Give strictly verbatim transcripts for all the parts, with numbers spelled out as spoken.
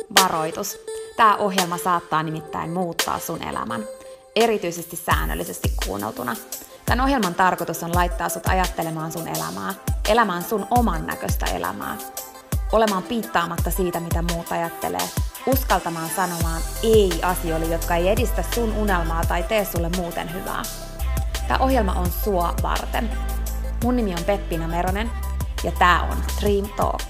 Varoitus. Tämä ohjelma saattaa nimittäin muuttaa sun elämän, erityisesti säännöllisesti kuunneltuna. Tämän ohjelman tarkoitus on laittaa sut ajattelemaan sun elämää, elämään sun oman näköistä elämää, olemaan piittaamatta siitä, mitä muut ajattelee, uskaltamaan sanomaan ei asioille, jotka ei edistä sun unelmaa tai tee sulle muuten hyvää. Tämä ohjelma on sua varten. Mun nimi on Peppina Meronen ja tää on Dream Talk.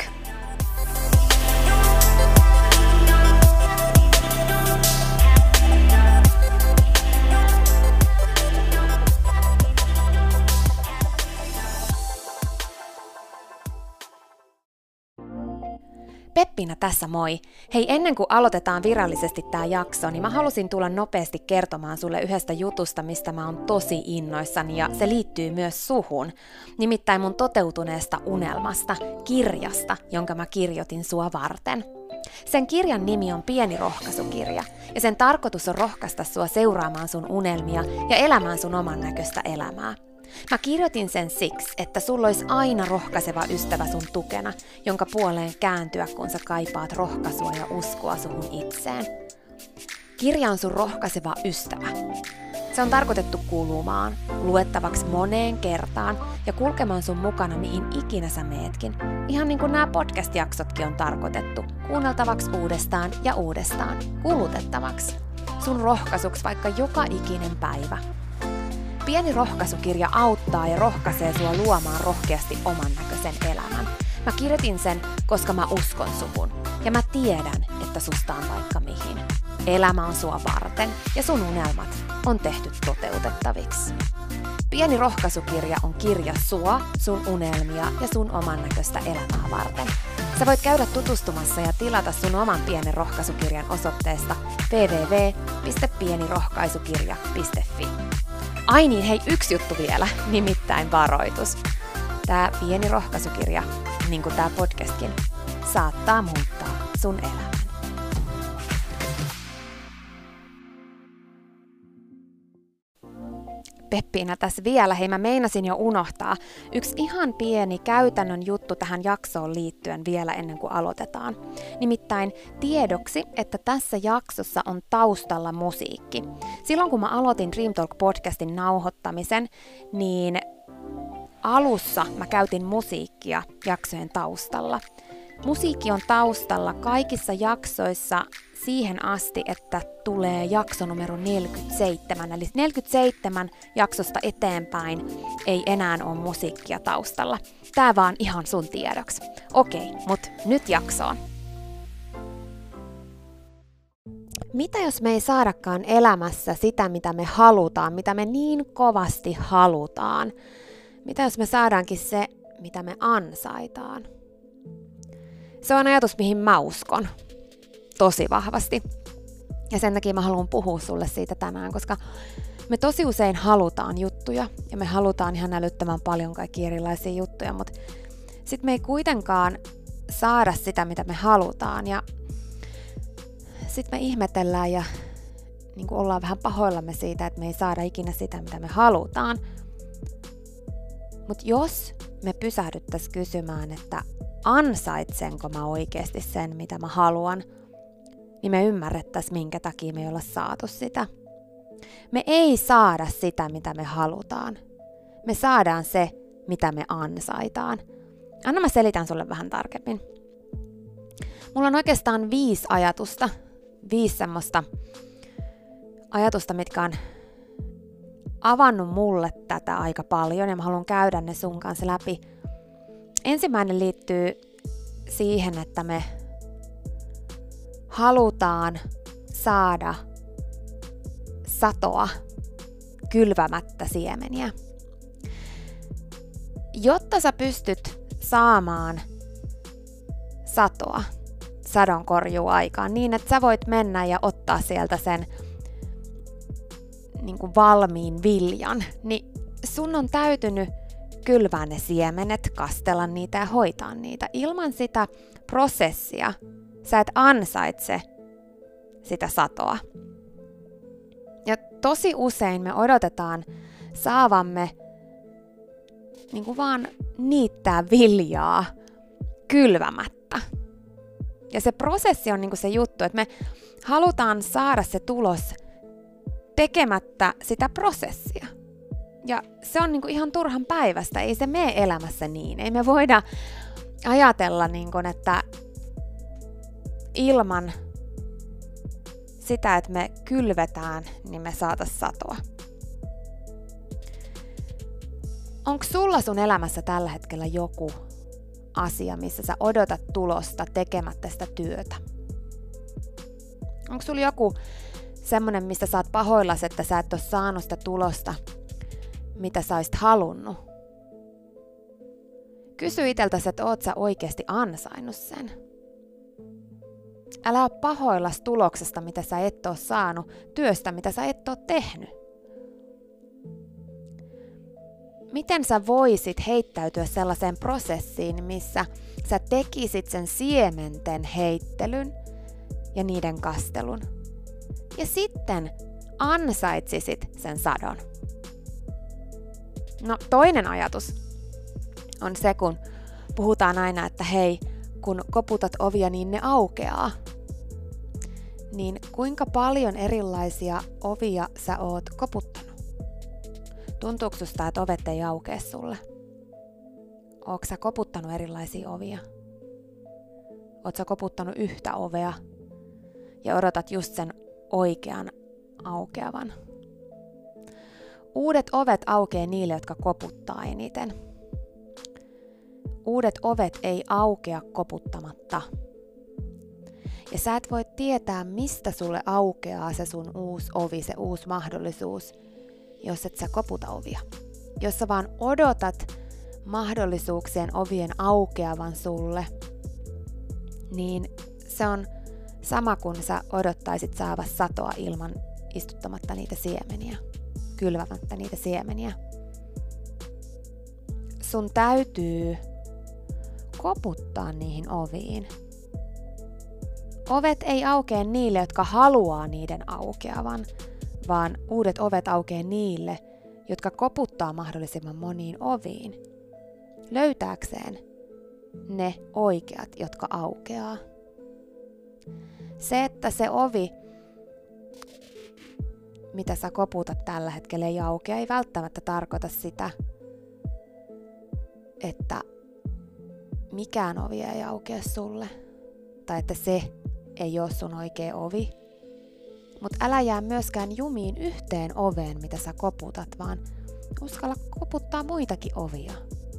Peppina tässä moi! Hei, ennen kuin aloitetaan virallisesti tää jakso, niin mä halusin tulla nopeasti kertomaan sulle yhdestä jutusta, mistä mä oon tosi innoissani, ja se liittyy myös suhun. Nimittäin mun toteutuneesta unelmasta, kirjasta, jonka mä kirjoitin sua varten. Sen kirjan nimi on Pieni rohkaisukirja, ja sen tarkoitus on rohkaista sua seuraamaan sun unelmia ja elämään sun oman näköistä elämää. Mä kirjoitin sen siksi, että sulla olisi aina rohkaiseva ystävä sun tukena, jonka puoleen kääntyä, kun sä kaipaat rohkaisua ja uskoa suhun itseen. Kirja on sun rohkaiseva ystävä. Se on tarkoitettu kuulumaan, luettavaksi moneen kertaan ja kulkemaan sun mukana mihin ikinä sä meetkin. Ihan niin kuin nämä podcast-jaksotkin on tarkoitettu, kuunneltavaksi uudestaan ja uudestaan, kulutettavaksi. Sun rohkaisuksi vaikka joka ikinen päivä. Pieni rohkaisukirja auttaa ja rohkaisee sua luomaan rohkeasti oman näköisen elämän. Mä kirjoitin sen, koska mä uskon suhun. Ja mä tiedän, että susta on vaikka mihin. Elämä on sua varten ja sun unelmat on tehty toteutettaviksi. Pieni rohkaisukirja on kirja sua, sun unelmia ja sun oman näköistä elämää varten. Sä voit käydä tutustumassa ja tilata sun oman pienen rohkaisukirjan osoitteesta double-u double-u double-u piste pienirohkaisukirja piste fi. Ai niin, hei, yksi juttu vielä, nimittäin varoitus. Tää pieni rohkaisukirja, niin kuin tää podcastkin, saattaa muuttaa sun elämän. Peppiina tässä vielä, hei mä meinasin jo unohtaa. Yksi ihan pieni käytännön juttu tähän jaksoon liittyen vielä ennen kuin aloitetaan. Nimittäin tiedoksi, että tässä jaksossa on taustalla musiikki. Silloin kun mä aloitin Dream Talk-podcastin nauhoittamisen, niin alussa mä käytin musiikkia jaksojen taustalla. Musiikki on taustalla kaikissa jaksoissa siihen asti, että tulee jakso numero neljäkymmentäseitsemän. Eli neljäkymmentäseitsemän jaksosta eteenpäin ei enää ole musiikkia taustalla. Tää vaan ihan sun tiedoksi. Okei, mut nyt jaksoon. Mitä jos me ei saadakaan elämässä sitä, mitä me halutaan, mitä me niin kovasti halutaan? Mitä jos me saadaankin se, mitä me ansaitaan? Se on ajatus, mihin mä uskon tosi vahvasti. Ja sen takia mä haluan puhua sulle siitä tänään, koska me tosi usein halutaan juttuja ja me halutaan ihan älyttömän paljon kaikkia erilaisia juttuja, mutta sit me ei kuitenkaan saada sitä, mitä me halutaan. Ja sit me ihmetellään ja niin kuin ollaan vähän pahoillamme siitä, että me ei saada ikinä sitä, mitä me halutaan. Mutta jos me pysähdyttäisiin kysymään, että ansaitsenko mä oikeasti sen, mitä mä haluan, niin me ymmärrettäisiin, minkä takia me ei olla saatu sitä. Me ei saada sitä, mitä me halutaan. Me saadaan se, mitä me ansaitaan. Anna mä selitän sulle vähän tarkemmin. Mulla on oikeastaan viisi ajatusta, viisi semmoista ajatusta, mitkä on avannut mulle tätä aika paljon ja mä haluan käydä ne sun kanssa läpi. Ensimmäinen liittyy siihen, että me halutaan saada satoa kylvämättä siemeniä. Jotta sä pystyt saamaan satoa, sadonkorjuaikaan niin, että sä voit mennä ja ottaa sieltä sen niin kuin valmiin viljan, niin sun on täytynyt kylvää ne siemenet, kastella niitä ja hoitaa niitä. Ilman sitä prosessia sä et ansaitse sitä satoa. Ja tosi usein me odotetaan saavamme niin kuin vaan niittää viljaa kylvämättä. Ja se prosessi on niinku se juttu, että me halutaan saada se tulos tekemättä sitä prosessia. Ja se on niinku ihan turhan päivästä, ei se mene elämässä niin. Ei me voida ajatella, niinku, että ilman sitä, että me kylvetään, niin me saatais satoa. Onko sulla sun elämässä tällä hetkellä joku asia, missä sä odotat tulosta tekemättä sitä työtä? Onko sulla joku semmonen, mistä sä oot pahoillas, että sä et ole saanut sitä tulosta, mitä sä olisit halunnut? Kysy iteltäsi, että oot sä oikeasti ansainnut sen. Älä ole pahoillas tuloksesta, mitä sä et ole saanut, työstä, mitä sä et ole tehnyt. Miten sä voisit heittäytyä sellaiseen prosessiin, missä sä tekisit sen siementen heittelyn ja niiden kastelun, ja sitten ansaitsisit sen sadon? No, toinen ajatus on se, kun puhutaan aina, että hei, kun koputat ovia, niin ne aukeaa. Niin kuinka paljon erilaisia ovia sä oot koputtanut? Tuntuuko susta, että ovet ei aukea sulle? Ootko sä koputtanut erilaisia ovia? Oot sä koputtanut yhtä ovea ja odotat just sen oikean aukeavan? Uudet ovet aukeaa niille, jotka koputtaa eniten. Uudet ovet ei aukea koputtamatta. Ja sä et voi tietää, mistä sulle aukeaa se sun uusi ovi, se uusi mahdollisuus, jos et sä koputa ovia. Jos sä vaan odotat mahdollisuuksien ovien aukeavan sulle, niin se on sama kuin sä odottaisit saavas satoa ilman istuttamatta niitä siemeniä, kylvämättä niitä siemeniä. Sun täytyy koputtaa niihin oviin. Ovet ei aukea niille, jotka haluaa niiden aukeavan, vaan uudet ovet aukeaa niille, jotka koputtaa mahdollisimman moniin oviin, löytääkseen ne oikeat, jotka aukeaa. Se, että se ovi, mitä sä koputat tällä hetkellä, ei aukea, ei välttämättä tarkoita sitä, että mikään ovi ei aukea sulle, tai että se ei ole sun oikea ovi. Mutta älä jää myöskään jumiin yhteen oveen, mitä sä koputat, vaan uskalla koputtaa muitakin ovia.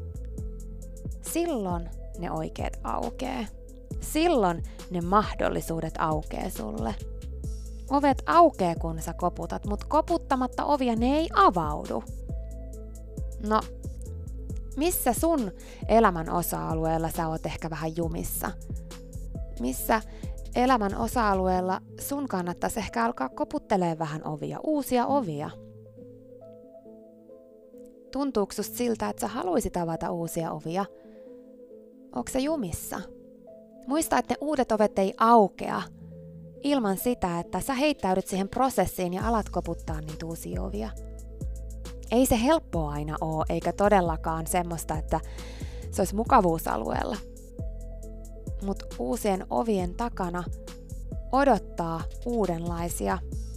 Silloin ne oikeat aukee. Silloin ne mahdollisuudet aukee sulle. Ovet aukee, kun sä koputat, mutta koputtamatta ovia ne ei avaudu. No, missä sun elämän osa-alueella sä oot ehkä vähän jumissa? Missä elämän osa-alueella sun kannattaisi ehkä alkaa koputtelemaan vähän ovia, uusia ovia? Tuntuuko susta siltä, että sä haluisit avata uusia ovia? Onko se jumissa? Muista, että ne uudet ovet ei aukea ilman sitä, että sä heittäydyt siihen prosessiin ja alat koputtaa niitä uusia ovia. Ei se helppoa aina ole, eikä todellakaan semmoista, että se olisi mukavuusalueella. Mutta uusien ovien takana odottaa uudenlaisia,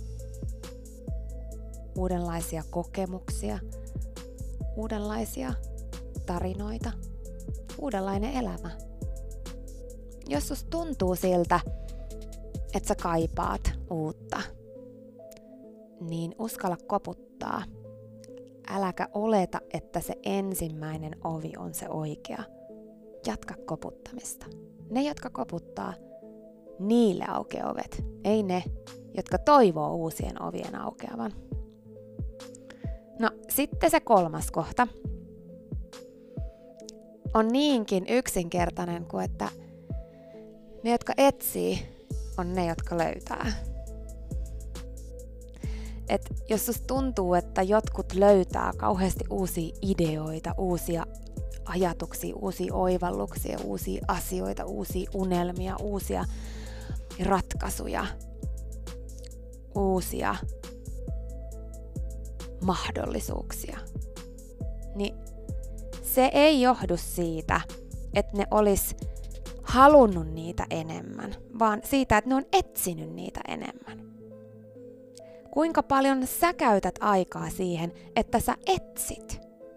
uudenlaisia kokemuksia, uudenlaisia tarinoita, uudenlainen elämä. Jos susta tuntuu siltä, että sä kaipaat uutta, niin uskalla koputtaa. Äläkä oleta, että se ensimmäinen ovi on se oikea. Jatka koputtamista. Ne, jotka koputtaa, niille aukeaa ovet. Ei ne, jotka toivoo uusien ovien aukeavan. No, sitten se kolmas kohta on niinkin yksinkertainen kuin, että ne, jotka etsii, on ne, jotka löytää. Et jos susta tuntuu, että jotkut löytää kauheasti uusia ideoita, uusia ajatuksia, uusia oivalluksia, uusia asioita, uusia unelmia, uusia ratkaisuja, uusia mahdollisuuksia, niin se ei johdu siitä, että ne olis halunnut niitä enemmän, vaan siitä, että ne on etsinyt niitä enemmän. Kuinka paljon sä käytät aikaa siihen, että sä etsit?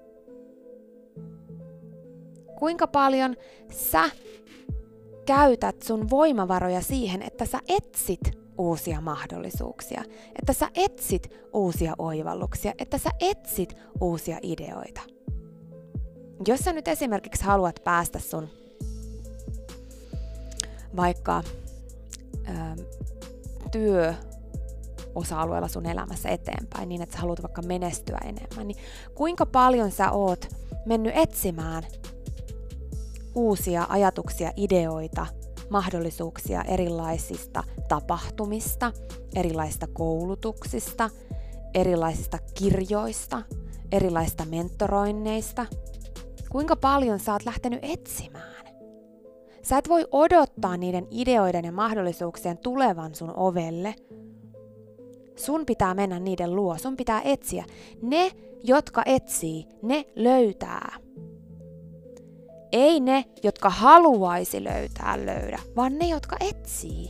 Kuinka paljon sä käytät sun voimavaroja siihen, että sä etsit uusia mahdollisuuksia, että sä etsit uusia oivalluksia, että sä etsit uusia ideoita. Jos sä nyt esimerkiksi haluat päästä sun vaikka ö, työosa-alueella sun elämässä eteenpäin, niin että sä haluat vaikka menestyä enemmän, niin kuinka paljon sä oot mennyt etsimään uusia ajatuksia, ideoita, mahdollisuuksia erilaisista tapahtumista, erilaisista koulutuksista, erilaisista kirjoista, erilaisista mentoroinneista. Kuinka paljon sä oot lähtenyt etsimään? Sä et voi odottaa niiden ideoiden ja mahdollisuuksien tulevan sun ovelle. Sun pitää mennä niiden luo, sun pitää etsiä. Ne, jotka etsii, ne löytää. Ei ne, jotka haluaisi löytää, löydä, vaan ne, jotka etsii.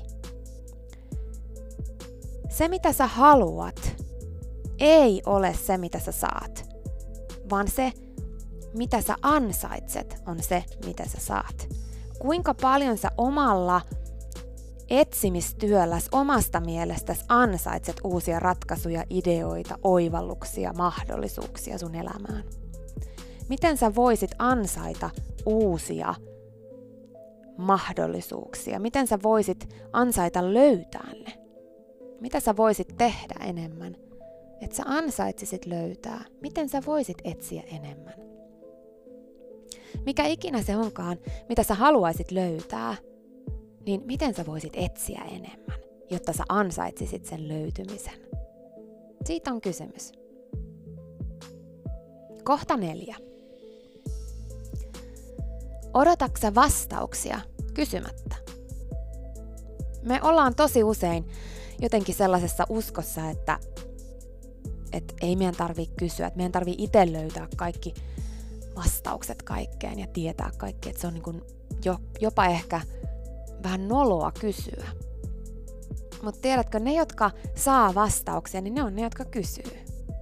Se, mitä sä haluat, ei ole se, mitä sä saat, vaan se, mitä sä ansaitset, on se, mitä sä saat. Kuinka paljon sä omalla etsimistyölläs, omasta mielestäsi ansaitset uusia ratkaisuja, ideoita, oivalluksia, mahdollisuuksia sun elämään? Miten sä voisit ansaita uusia mahdollisuuksia? Miten sä voisit ansaita löytää ne? Mitä sä voisit tehdä enemmän, että sä ansaitsisit löytää? Miten sä voisit etsiä enemmän? Mikä ikinä se onkaan, mitä sä haluaisit löytää, niin miten sä voisit etsiä enemmän, jotta sä ansaitsisit sen löytymisen? Siitä on kysymys. Kohta neljä. Odotatko sä vastauksia kysymättä? Me ollaan tosi usein jotenkin sellaisessa uskossa, että, että ei meidän tarvitse kysyä, että meidän tarvitse itse löytää kaikki vastaukset kaikkeen ja tietää kaikki, että se on niin kuin jo, jopa ehkä vähän noloa kysyä. Mutta tiedätkö, ne, jotka saa vastauksia, niin ne on ne, jotka kysyy.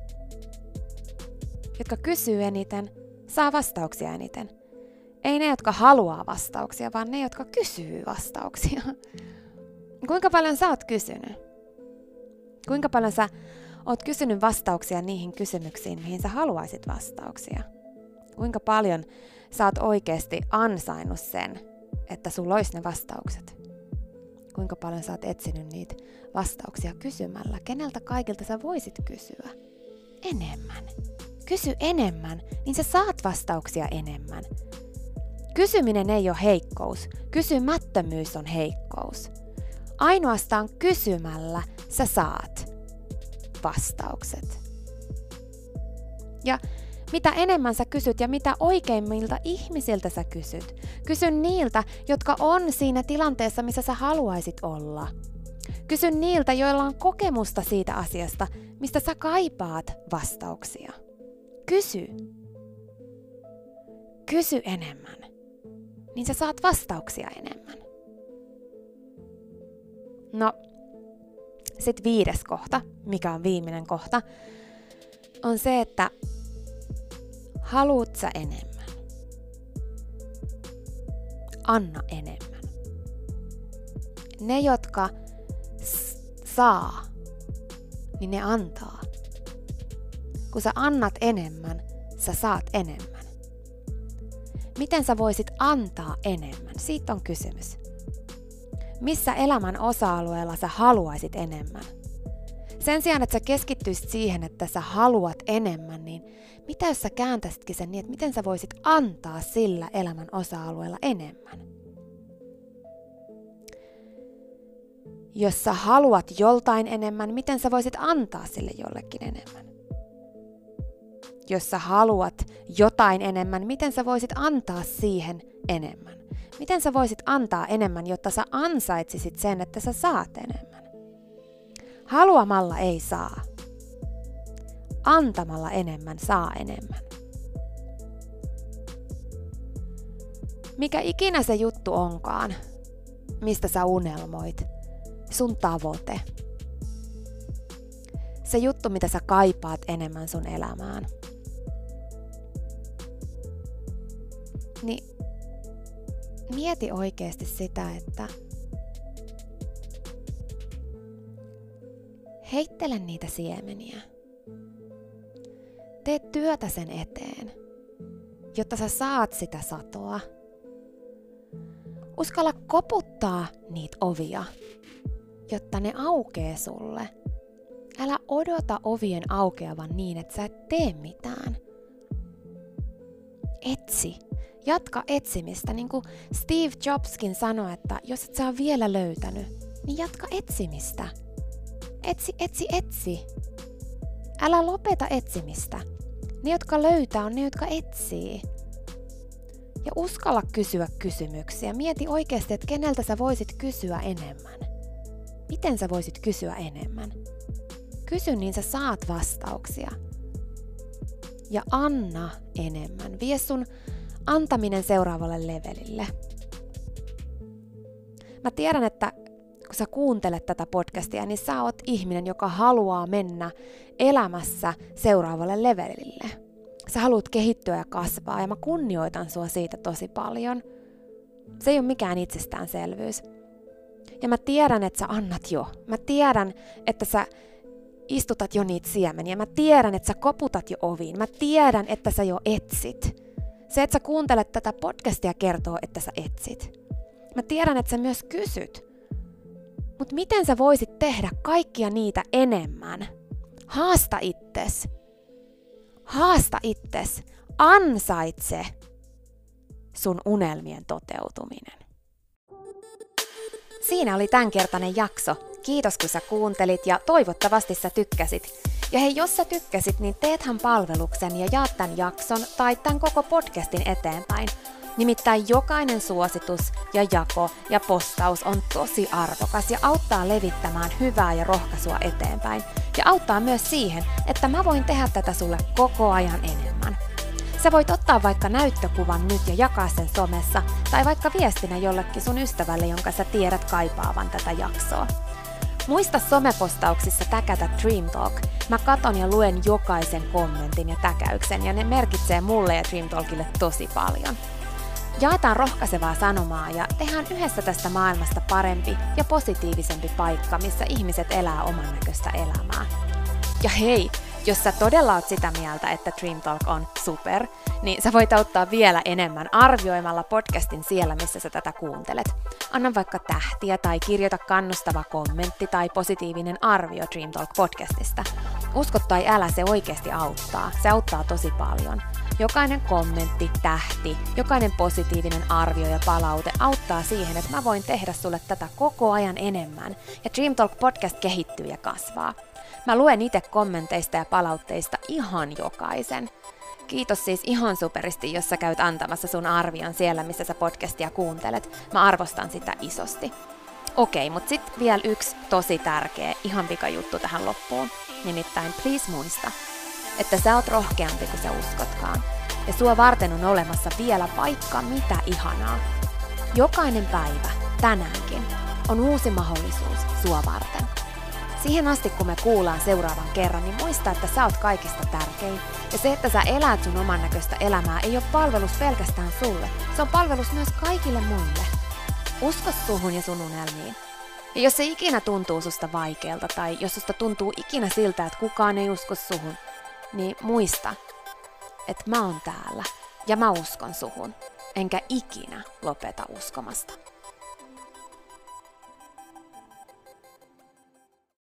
Jotka kysyy eniten, saa vastauksia eniten. Ei ne, jotka haluaa vastauksia, vaan ne, jotka kysyy vastauksia. Kuinka paljon sä oot kysynyt? Kuinka paljon sä oot kysynyt vastauksia niihin kysymyksiin, mihin sä haluaisit vastauksia? Kuinka paljon sä oot oikeasti ansainnut sen, että sulla olisi ne vastaukset? Kuinka paljon sä oot etsinyt niitä vastauksia kysymällä? Keneltä kaikilta sä voisit kysyä? Enemmän. Kysy enemmän, niin sä saat vastauksia enemmän. Kysyminen ei ole heikkous. Kysymättömyys on heikkous. Ainoastaan kysymällä sä saat vastaukset. Ja mitä enemmän sä kysyt ja mitä oikeimmilta ihmisiltä sä kysyt, kysy niiltä, jotka on siinä tilanteessa, missä sä haluaisit olla. Kysy niiltä, joilla on kokemusta siitä asiasta, mistä sä kaipaat vastauksia. Kysy. Kysy enemmän, niin sä saat vastauksia enemmän. No, sit viides kohta, mikä on viimeinen kohta, on se, että haluut sä enemmän? Anna enemmän. Ne, jotka s- saa, niin ne antaa. Kun sä annat enemmän, sä saat enemmän. Miten sä voisit antaa enemmän? Siitä on kysymys. Missä elämän osa-alueella sä haluaisit enemmän? Sen sijaan, että sä keskittyisit siihen, että sä haluat enemmän, niin mitä jos sä kääntäisitkin sen niin, että miten sä voisit antaa sillä elämän osa-alueella enemmän? Jos sä haluat joltain enemmän, miten sä voisit antaa sille jollekin enemmän? Jos sä haluat jotain enemmän, miten sä voisit antaa siihen enemmän? Miten sä voisit antaa enemmän, jotta sä ansaitsisit sen, että sä saat enemmän? Haluamalla ei saa. Antamalla enemmän saa enemmän. Mikä ikinä se juttu onkaan, mistä sä unelmoit, sun tavoite. Se juttu, mitä sä kaipaat enemmän sun elämään. Niin mieti oikeasti sitä, että heittele niitä siemeniä. Tee työtä sen eteen, jotta sä saat sitä satoa. Uskalla koputtaa niitä ovia, jotta ne aukee sulle. Älä odota ovien aukeavan niin, että sä et tee mitään. Etsi. Jatka etsimistä. Niin kuin Steve Jobskin sanoi, että jos et sä ole vielä löytänyt, niin jatka etsimistä. Etsi, etsi, etsi. Älä lopeta etsimistä. Ne, jotka löytää, on ne, jotka etsii. Ja uskalla kysyä kysymyksiä. Mieti oikeasti, että keneltä sä voisit kysyä enemmän. Miten sä voisit kysyä enemmän? Kysy, niin sä saat vastauksia. Ja anna enemmän. Vie sun antaminen seuraavalle levelille. Mä tiedän, että kun sä kuuntelet tätä podcastia, niin sä oot ihminen, joka haluaa mennä elämässä seuraavalle levelille. Sä haluat kehittyä ja kasvaa, ja mä kunnioitan sua siitä tosi paljon. Se ei ole mikään itsestäänselvyys. Ja mä tiedän, että sä annat jo. Mä tiedän, että sä istutat jo niitä siemeniä. Mä tiedän, että sä koputat jo oviin. Mä tiedän, että sä jo etsit. Se, että sä kuuntelet tätä podcastia, kertoo, että sä etsit. Mä tiedän, että sä myös kysyt. Mutta miten sä voisit tehdä kaikkia niitä enemmän? Haasta itses. Haasta itses. Ansaitse sun unelmien toteutuminen. Siinä oli tämänkertainen jakso. Kiitos kun sä kuuntelit ja toivottavasti sä tykkäsit. Ja hei, jos sä tykkäsit, niin teethän palveluksen ja jaat tämän jakson tai tämän koko podcastin eteenpäin. Nimittäin jokainen suositus ja jako ja postaus on tosi arvokas ja auttaa levittämään hyvää ja rohkaisua eteenpäin. Ja auttaa myös siihen, että mä voin tehdä tätä sulle koko ajan enemmän. Sä voit ottaa vaikka näyttökuvan nyt ja jakaa sen somessa, tai vaikka viestinä jollekin sun ystävälle, jonka sä tiedät kaipaavan tätä jaksoa. Muista somepostauksissa täkätä Dream Talk. Mä katon ja luen jokaisen kommentin ja täkäyksen, ja ne merkitsee mulle ja Dream Talkille tosi paljon. Jaetaan rohkaisevaa sanomaa ja tehdään yhdessä tästä maailmasta parempi ja positiivisempi paikka, missä ihmiset elää oman näköistä elämää. Ja hei, jos sä todella oot sitä mieltä, että Dream Talk on super, niin sä voit auttaa vielä enemmän arvioimalla podcastin siellä, missä sä tätä kuuntelet. Anna vaikka tähtiä tai kirjoita kannustava kommentti tai positiivinen arvio Dream Talk podcastista. Usko tai älä, se oikeasti auttaa. Se auttaa tosi paljon. Jokainen kommentti, tähti, jokainen positiivinen arvio ja palaute auttaa siihen, että mä voin tehdä sulle tätä koko ajan enemmän. Ja Dream Talk podcast kehittyy ja kasvaa. Mä luen itse kommenteista ja palautteista ihan jokaisen. Kiitos siis ihan superisti, jos sä käyt antamassa sun arvion siellä, missä sä podcastia kuuntelet. Mä arvostan sitä isosti. Okei, mut sit vielä yksi tosi tärkeä, ihan pika juttu tähän loppuun. Nimittäin please muista, että sä oot rohkeampi kuin sä uskotkaan. Ja sua varten on olemassa vielä vaikka mitä ihanaa. Jokainen päivä, tänäänkin, on uusi mahdollisuus sua varten. Siihen asti, kun me kuullaan seuraavan kerran, niin muista, että sä oot kaikista tärkein. Ja se, että sä elät sun oman näköistä elämää, ei ole palvelus pelkästään sulle. Se on palvelus myös kaikille muille. Usko suhun ja sun unelmiin. Ja jos se ikinä tuntuu susta vaikealta, tai jos susta tuntuu ikinä siltä, että kukaan ei usko suhun, niin muista, että mä oon täällä ja mä uskon suhun, enkä ikinä lopeta uskomasta.